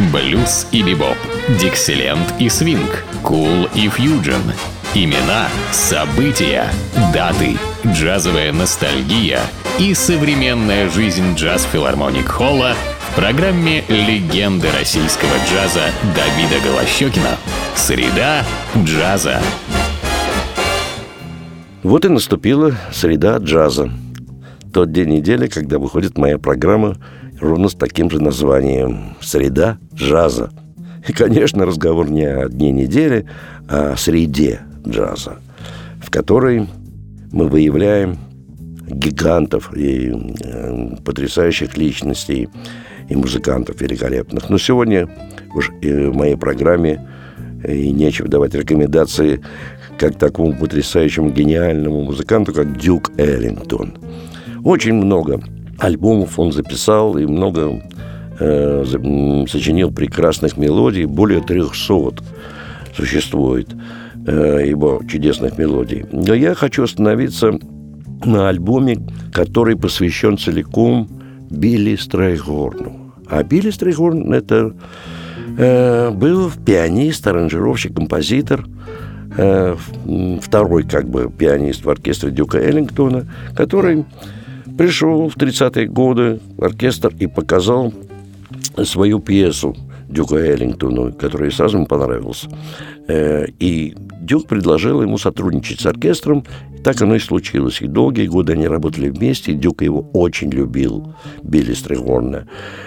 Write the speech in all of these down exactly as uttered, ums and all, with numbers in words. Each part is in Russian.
Блюз и бибоп, диксиленд и свинг, кул и фьюджен. Имена, события, даты, джазовая ностальгия и современная жизнь джаз-филармоник Холла в программе «Легенды российского джаза» Давида Голощёкина. Среда джаза. Вот и наступила среда джаза. Тот день недели, когда выходит моя программа ровно с таким же названием «Среда джаза». И, конечно, разговор не о дне недели, а о среде джаза, в которой мы выявляем гигантов и э, потрясающих личностей и музыкантов великолепных. Но сегодня уж и в моей программе и нечего давать рекомендации как такому потрясающему гениальному музыканту, как Дюк Эллингтон. Очень много альбомов он записал и много э, сочинил прекрасных мелодий. Более трехсот существует э, его чудесных мелодий. Но я хочу остановиться на альбоме, который посвящен целиком Билли Страйхорну. А Билли Страйхорн – это э, был пианист, аранжировщик, композитор, э, второй как бы пианист в оркестре Дюка Эллингтона, который пришел в тридцатые годы в оркестр и показал свою пьесу Дюку Эллингтону, которая сразу ему понравилась. И Дюк предложил ему сотрудничать с оркестром. И так оно и случилось. И долгие годы они работали вместе. Дюк его очень любил, Билли Страйхорна,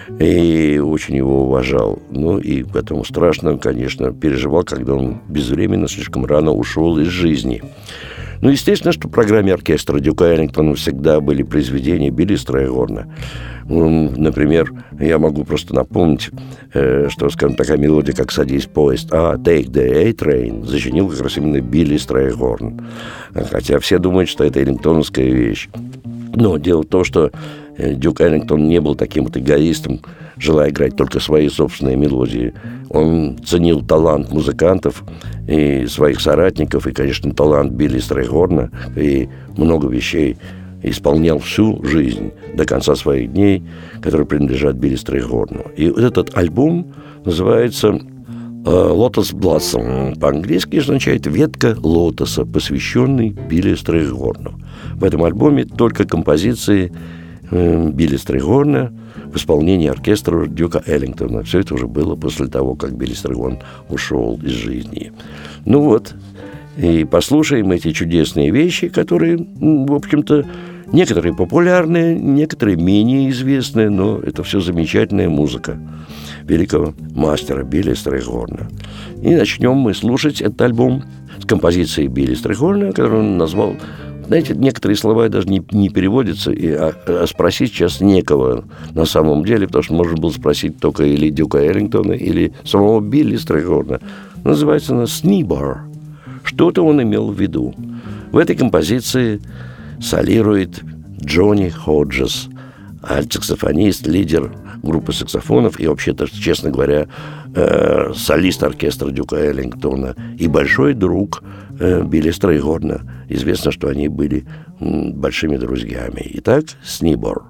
и очень его уважал. Ну и поэтому страшно, конечно, переживал, когда он безвременно, слишком рано ушел из жизни. Ну, естественно, что в программе оркестра Дюка Эллингтона всегда были произведения Билли Страйхорна. Например, я могу просто напомнить, что, скажем, такая мелодия, как «Садись в поезд», а «Take the A-Train» сочинил как раз именно Билли Страйхорн. Хотя все думают, что это эллингтоновская вещь. Но дело в том, что Дюк Эллингтон не был таким вот эгоистом, желая играть только свои собственные мелодии. Он ценил талант музыкантов и своих соратников, и, конечно, талант Билли Страйхорна, и много вещей исполнял всю жизнь до конца своих дней, которые принадлежат Билли Страйхорну. И вот этот альбом называется «Lotus Blossom». По-английски означает «ветка лотоса», посвященный Билли Страйхорну. В этом альбоме только композиции Билли Страйхорна в исполнении оркестра Дюка Эллингтона. Все это уже было после того, как Билли Страйхорн ушел из жизни. Ну вот, и послушаем эти чудесные вещи, которые, в общем-то, некоторые популярные, некоторые менее известные, но это все замечательная музыка великого мастера Билли Страйхорна. И начнем мы слушать этот альбом с композицией Билли Страйхорна, которую он назвал... Знаете, некоторые слова даже не, не переводятся, и, а, а спросить сейчас некого на самом деле, потому что можно было спросить только или Дюка Эллингтона, или самого Билли Страйхорна. Называется она «Снибар». Что-то он имел в виду. В этой композиции солирует Джонни Ходжес, альт-саксофонист, лидер группы саксофонов и, вообще-то, честно говоря, э, солист оркестра Дюка Эллингтона и большой друг э, Билли Страйхорна. Известно, что они были м, большими друзьями. Итак, «Снибар».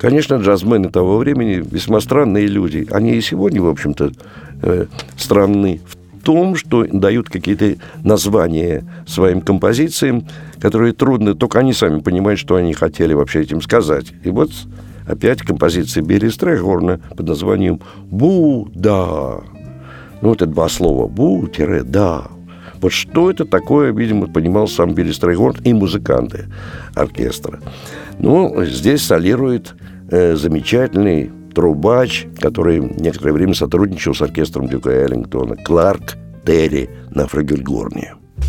Конечно, джазмены того времени весьма странные люди. Они и сегодня, в общем-то, э, странны в том, что дают какие-то названия своим композициям, которые трудно, только они сами понимают, что они хотели вообще этим сказать. И вот опять композиция Билли Стрейхорна под названием «Бу-да». Ну, вот это два слова «бу-да». Вот что это такое, видимо, понимал сам Билли Стрейхорн и музыканты оркестра. Ну, здесь солирует э, замечательный трубач, который некоторое время сотрудничал с оркестром Дюка Эллингтона, Кларк Терри на флюгельгорне.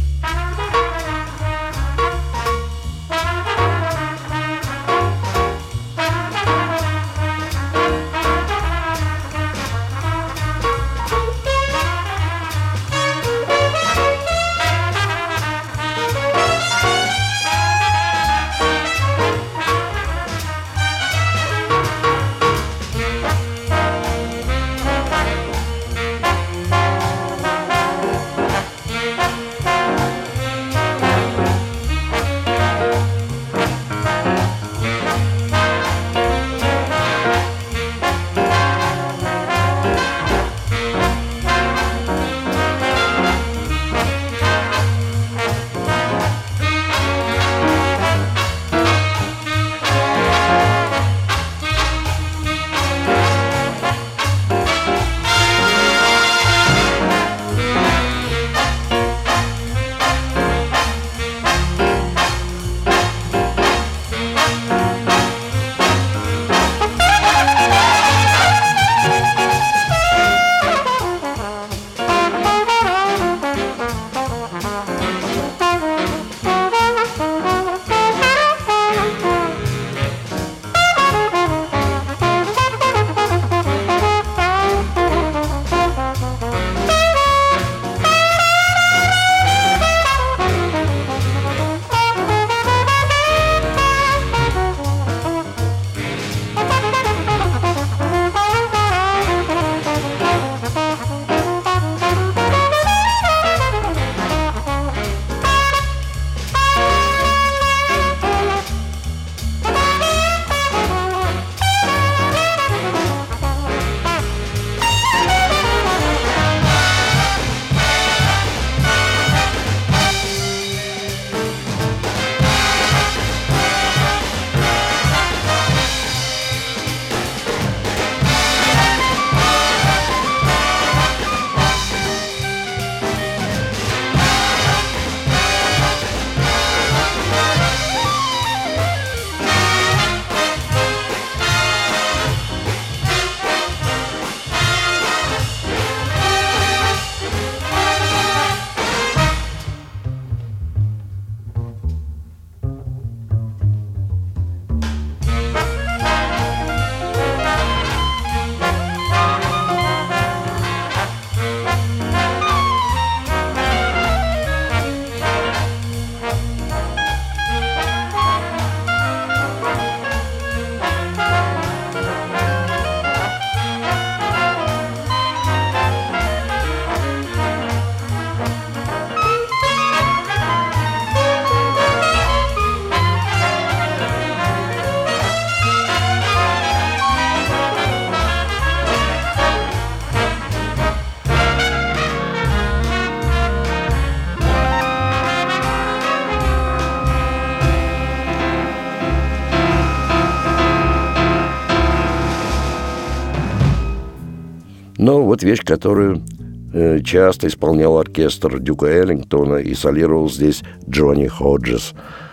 Но вот вещь, которую э, часто исполнял оркестр Дюка Эллингтона и солировал здесь Джонни Ходжес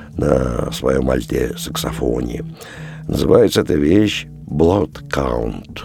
на своем альте-саксофоне. Называется эта вещь «Blood Count».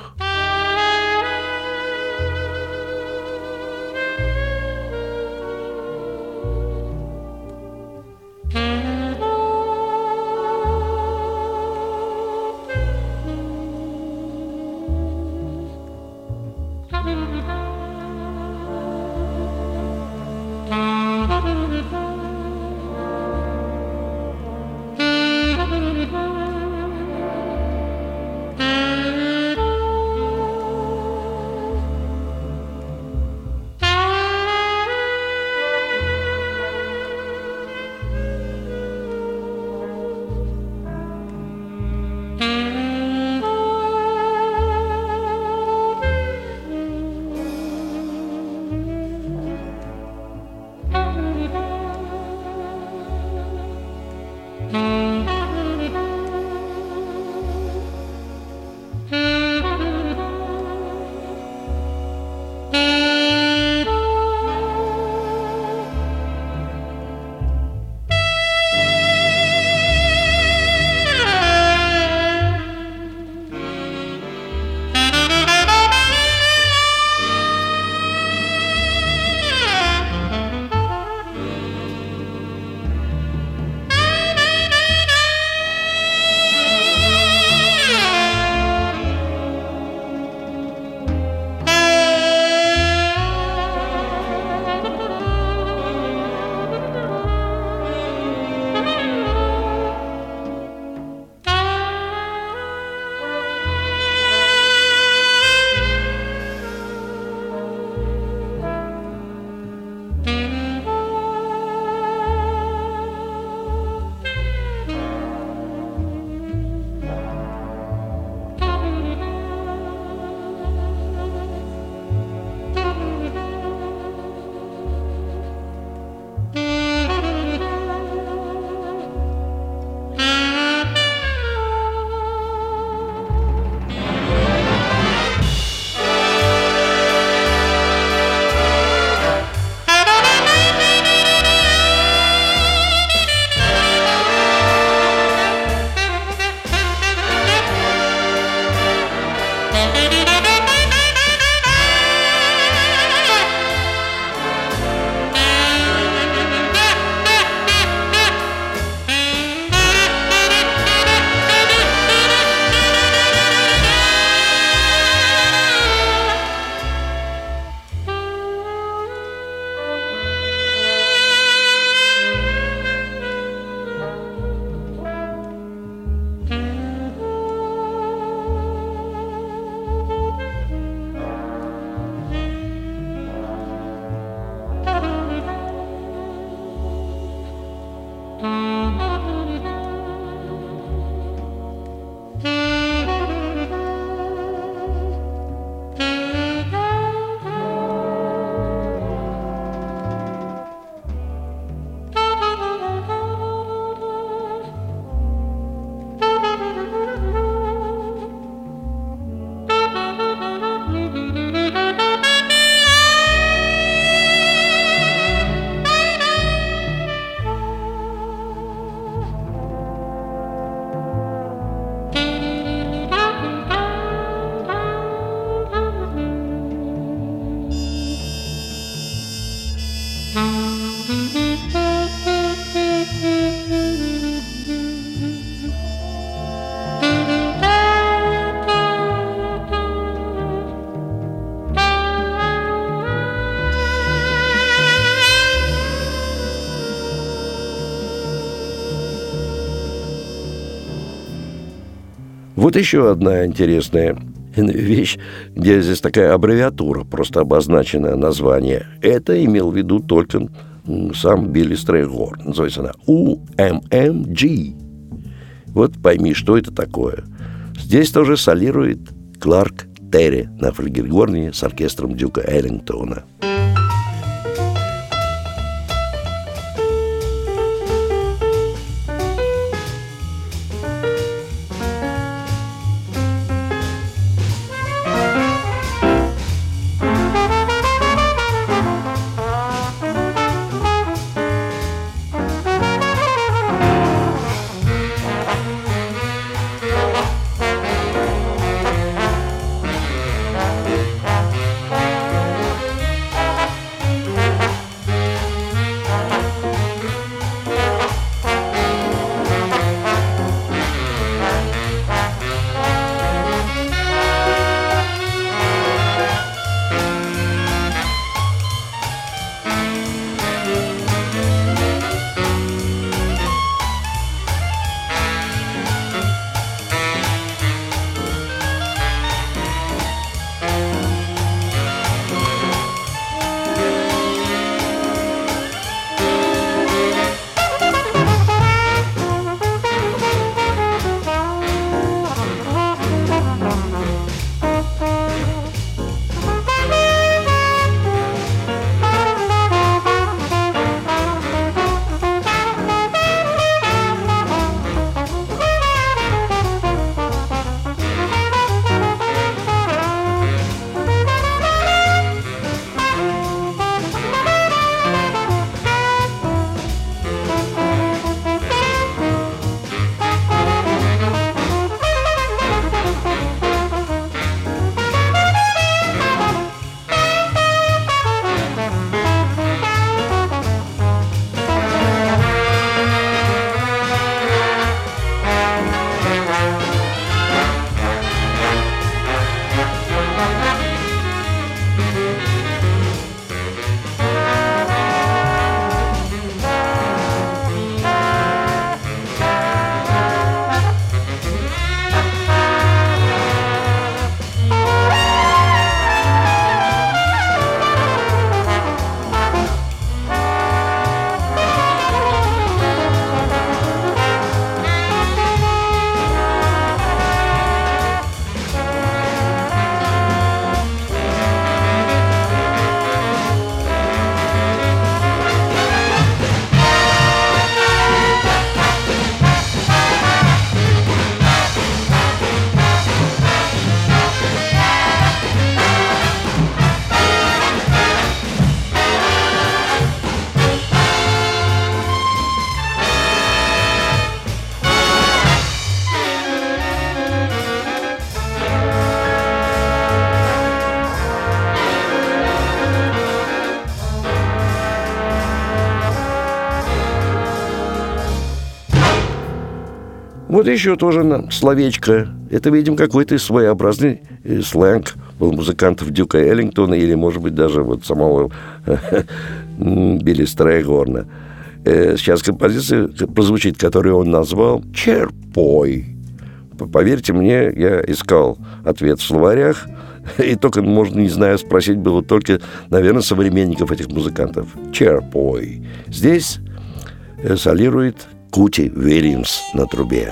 Вот еще одна интересная вещь, где здесь такая аббревиатура, просто обозначенное название. Это имел в виду только сам Билли Стрейхорн. Называется она У Эм Эм Джи. Вот пойми, что это такое. Здесь тоже солирует Кларк Терри на флюгельгорне с оркестром Дюка Эллингтона. Вот еще тоже словечко. Это, видимо, какой-то своеобразный сленг был музыкантов Дюка Эллингтона или, может быть, даже вот самого Билли Стрейхорна. Сейчас композиция прозвучит, которую он назвал «Черпой». Поверьте мне, я искал ответ в словарях, и только, можно, не знаю, спросить было только, наверное, современников этих музыкантов. «Черпой». Здесь солирует Кути Уильямс на трубе.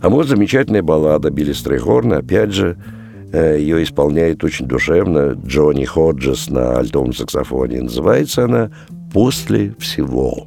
А вот замечательная баллада Билли Стрейхорна, опять же, ее исполняет очень душевно Джонни Ходжес на альтовом саксофоне. Называется она «После всего».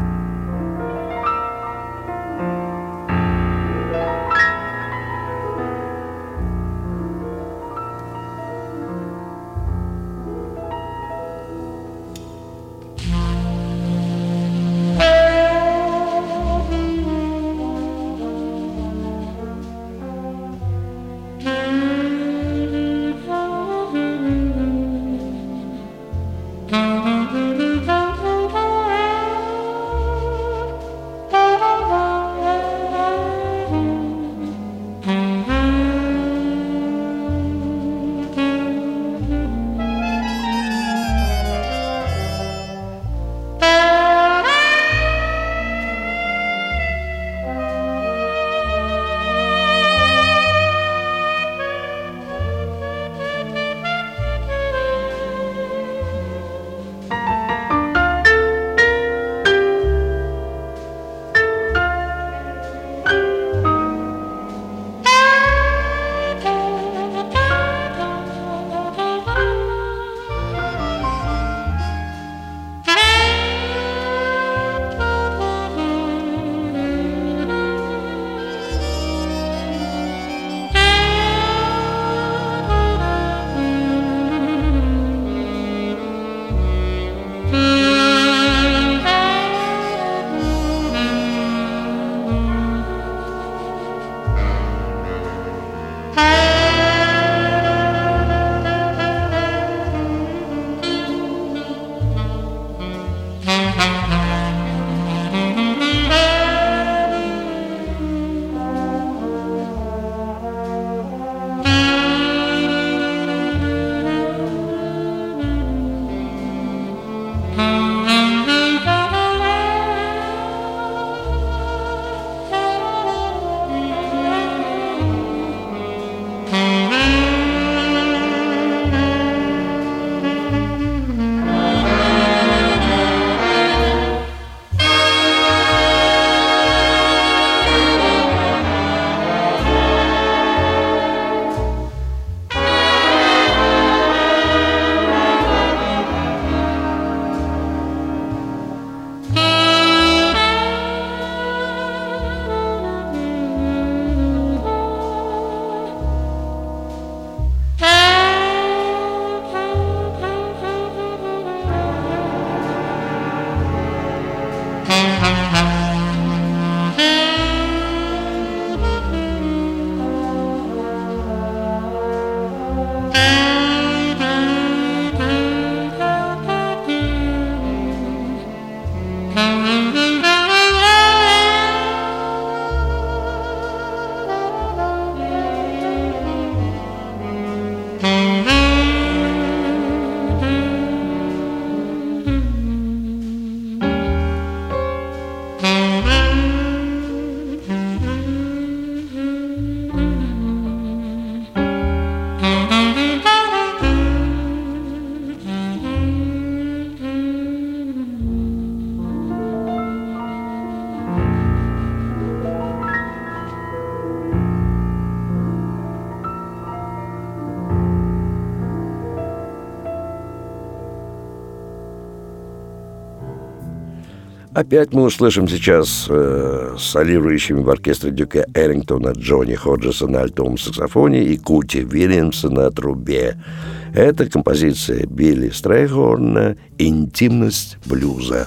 Опять мы услышим сейчас э, солирующими в оркестре Дюка Эллингтона Джонни Ходжеса на альтовом саксофоне и Кути Вильямса на трубе. Это композиция Билли Стрейхорна «Интимность блюза».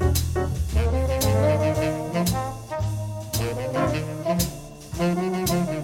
Thank you.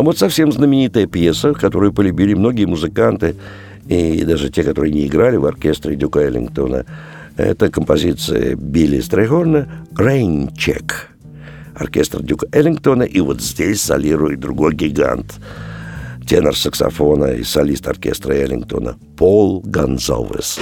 вот совсем знаменитая пьеса, которую полюбили многие музыканты, и даже те, которые не играли в оркестре Дюка Эллингтона, это композиция Билли Стрейхорна «Рейнчек». Оркестр Дюка Эллингтона, и вот здесь солирует другой гигант, тенор саксофона и солист оркестра Эллингтона Пол Гонсалвес.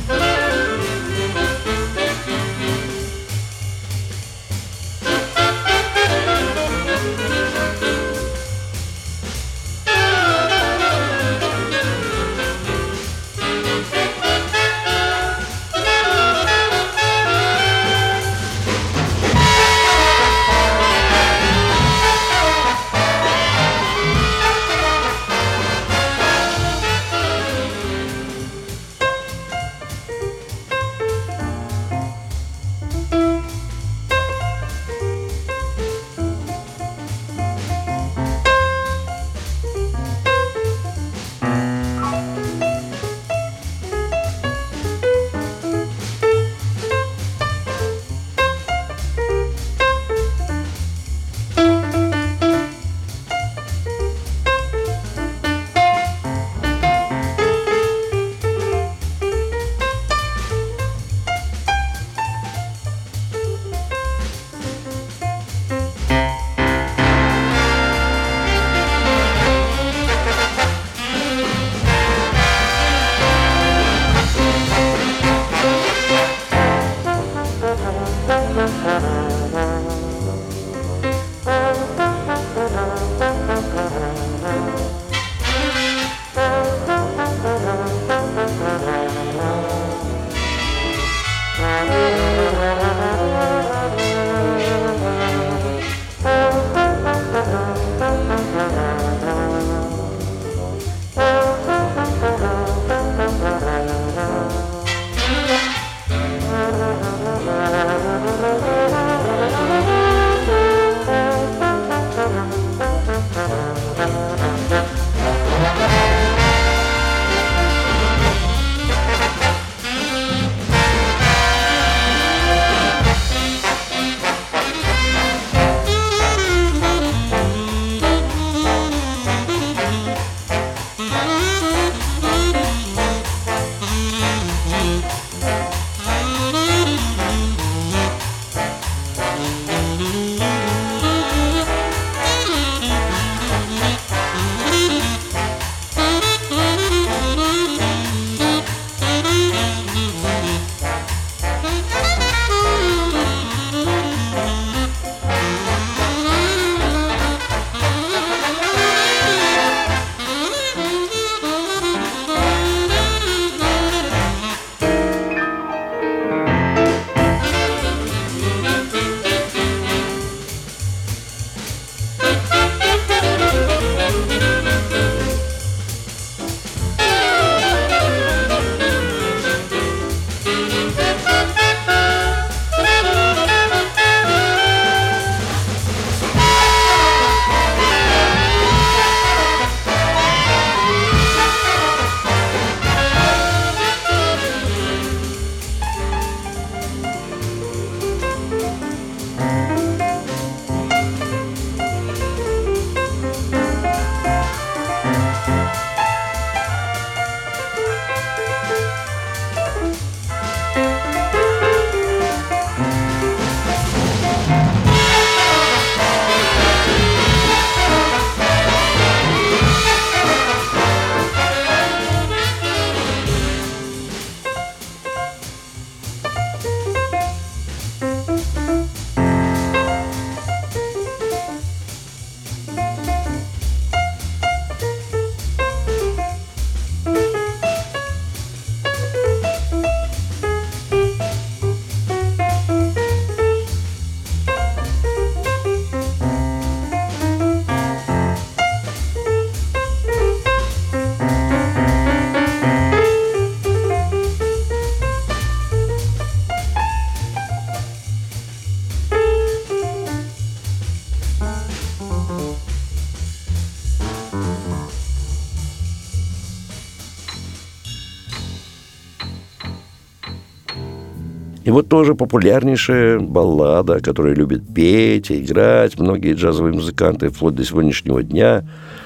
И вот тоже популярнейшая баллада, которую любят петь и играть многие джазовые музыканты вплоть до сегодняшнего дня.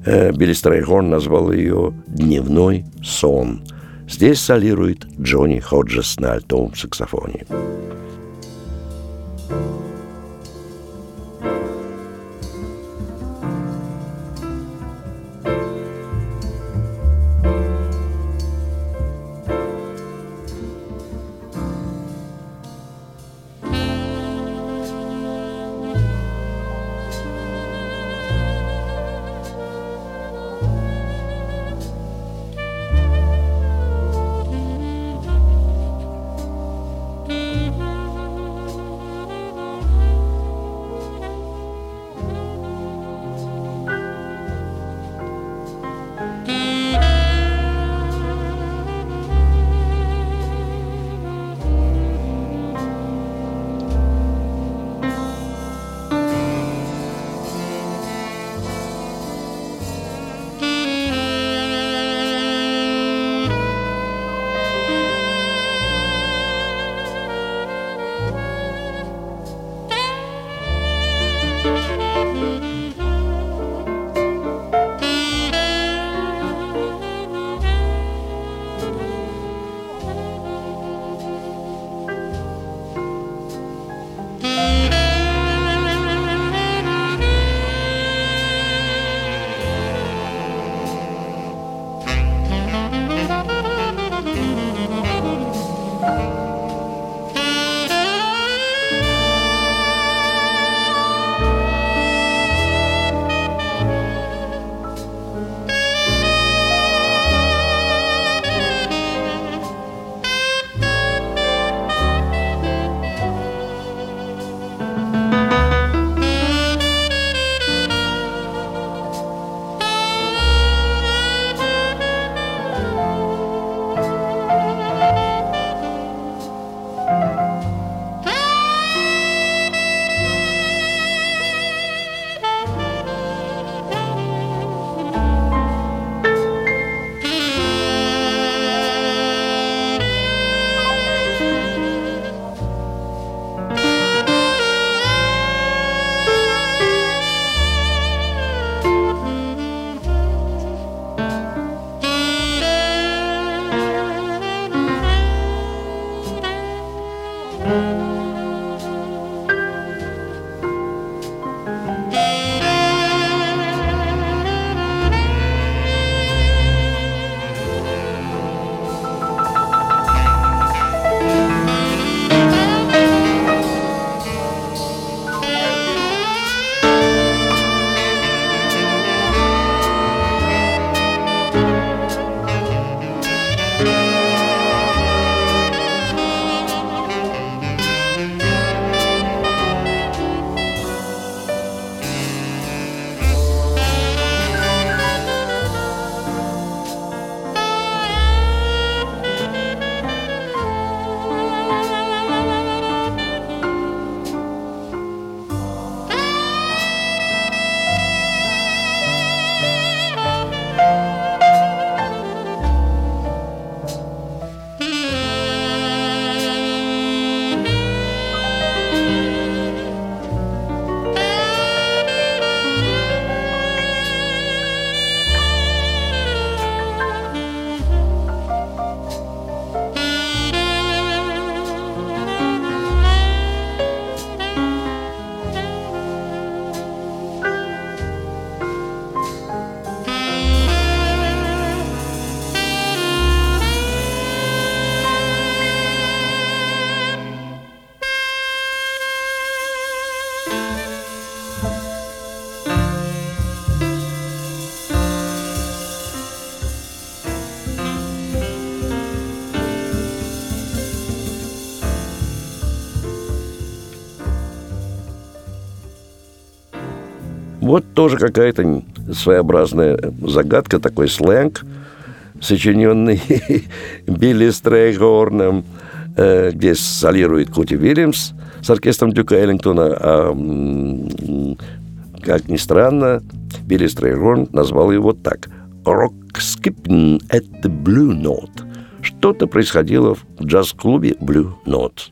Билли Стрейхорн назвал ее «Дневной сон». Здесь солирует Джонни Ходжес на альтовом саксофоне. Вот тоже какая-то своеобразная загадка, такой сленг, сочиненный Билли Стрейхорном, где солирует Кути Уильямс с оркестром Дюка Эллингтона. А, как ни странно, Билли Стрейхорн назвал его так: «Rock skipping at the Blue Note». Что-то происходило в джаз-клубе Blue Note.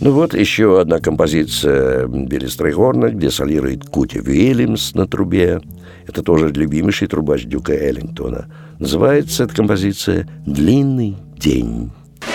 Ну вот еще одна композиция Билли Стрейхорна, где солирует Кути Уильямс на трубе. Это тоже любимейший трубач Дюка Эллингтона. Называется эта композиция «Длинный день».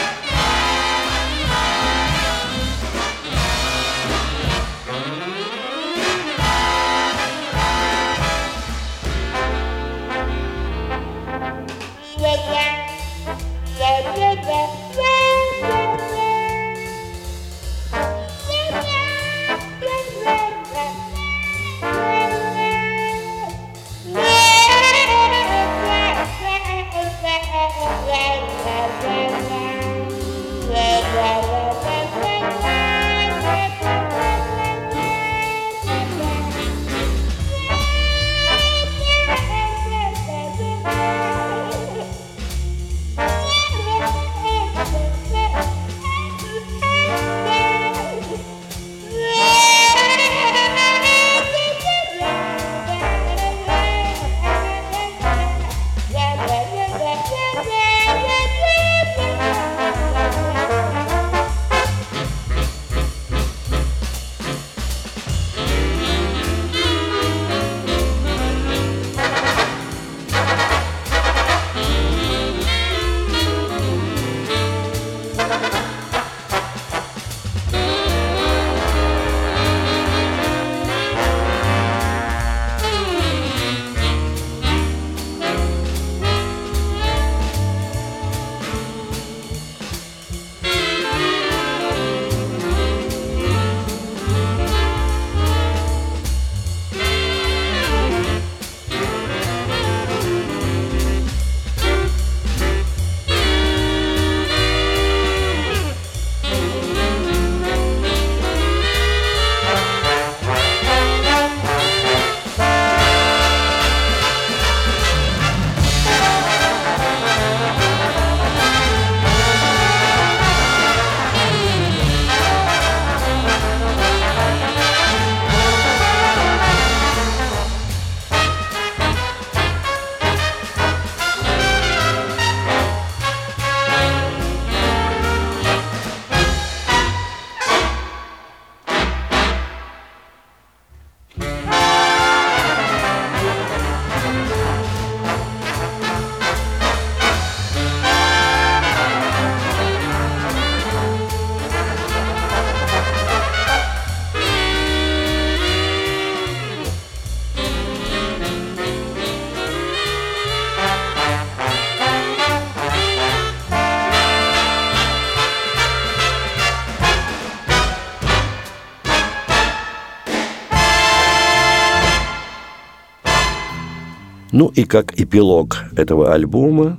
Ну и как эпилог этого альбома,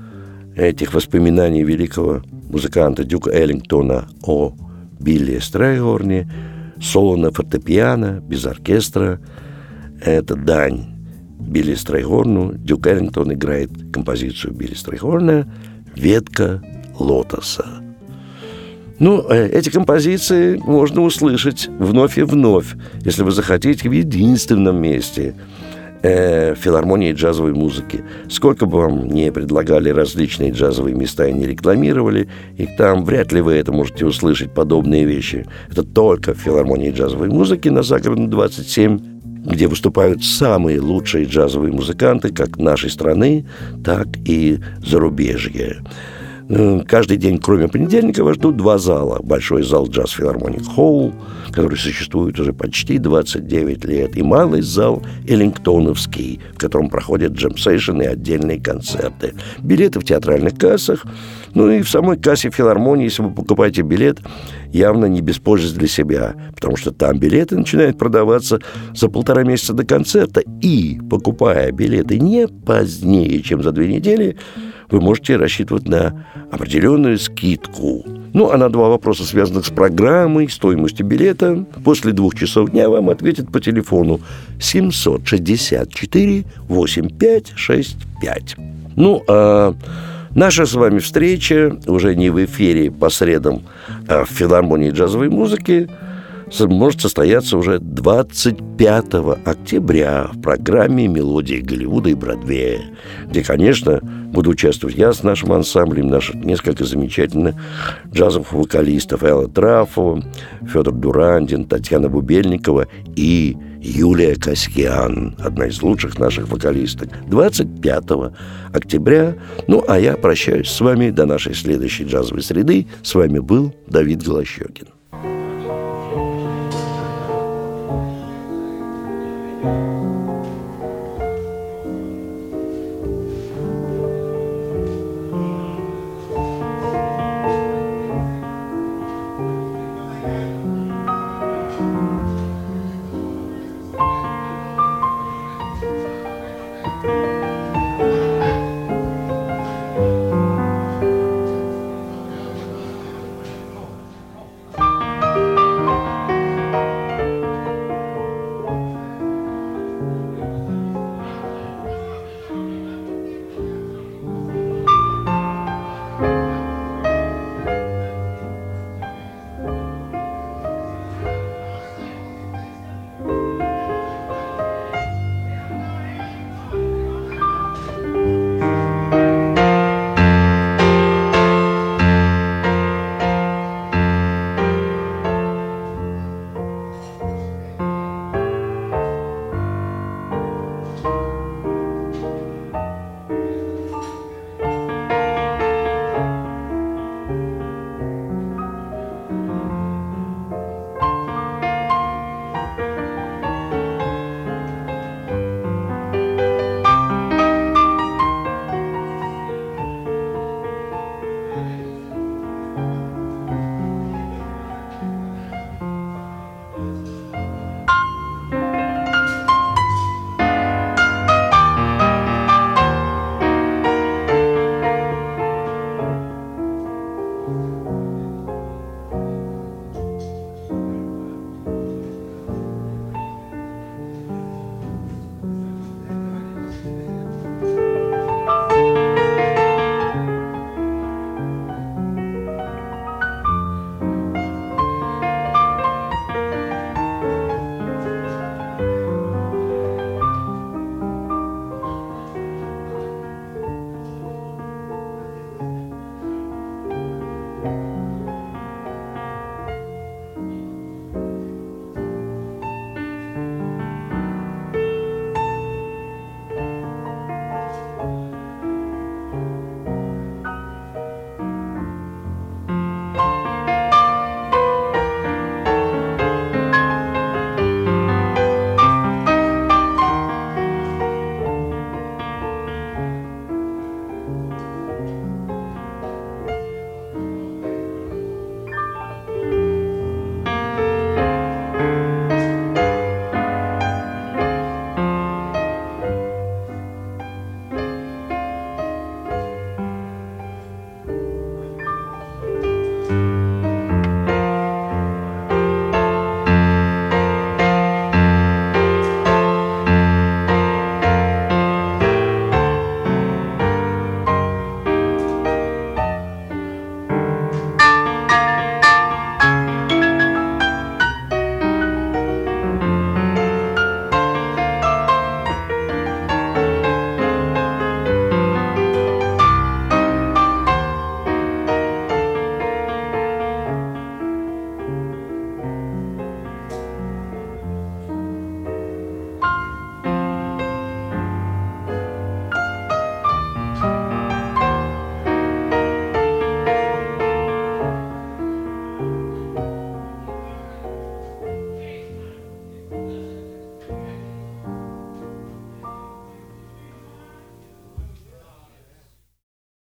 этих воспоминаний великого музыканта Дюка Эллингтона о Билли Стрейхорне, соло на фортепиано, без оркестра, это дань Билли Стрейхорну. Дюк Эллингтон играет композицию Билли Стрейхорна «Ветка лотоса». Ну, эти композиции можно услышать вновь и вновь, если вы захотите, в единственном месте э, филармонии джазовой музыки. Сколько бы вам не предлагали различные джазовые места и не рекламировали, и там вряд ли вы это можете услышать, подобные вещи. Это только в филармонии джазовой музыки на Загородной двадцать семь, где выступают самые лучшие джазовые музыканты как нашей страны, так и зарубежья. Каждый день, кроме понедельника, вас ждут два зала. Большой зал Jazz Philharmonic Hall, который существует уже почти двадцать девять лет, и малый зал Эллингтоновский, в котором проходят джем-сейшены и отдельные концерты. Билеты в театральных кассах. Ну и в самой кассе филармонии, если вы покупаете билет, явно не без пользы для себя, потому что там билеты начинают продаваться за полтора месяца до концерта. И, покупая билеты не позднее, чем за две недели, вы можете рассчитывать на определенную скидку. Ну, а на два вопроса, связанных с программой, стоимостью билета, после двух часов дня вам ответят по телефону семь шесть четыре восемь пять шесть пять. Ну, а наша с вами встреча уже не в эфире по средам, а в филармонии джазовой музыки может состояться уже двадцать пятого октября в программе «Мелодии Голливуда и Бродвея», где, конечно, буду участвовать я с нашим ансамблем, наших несколько замечательных джазовых вокалистов: Элла Трафо, Федор Дурандин, Татьяна Бубельникова и Юлия Касьян, одна из лучших наших вокалисток. двадцать пятого октября. Ну, а я прощаюсь с вами до нашей следующей джазовой среды. С вами был Давид Голощёкин.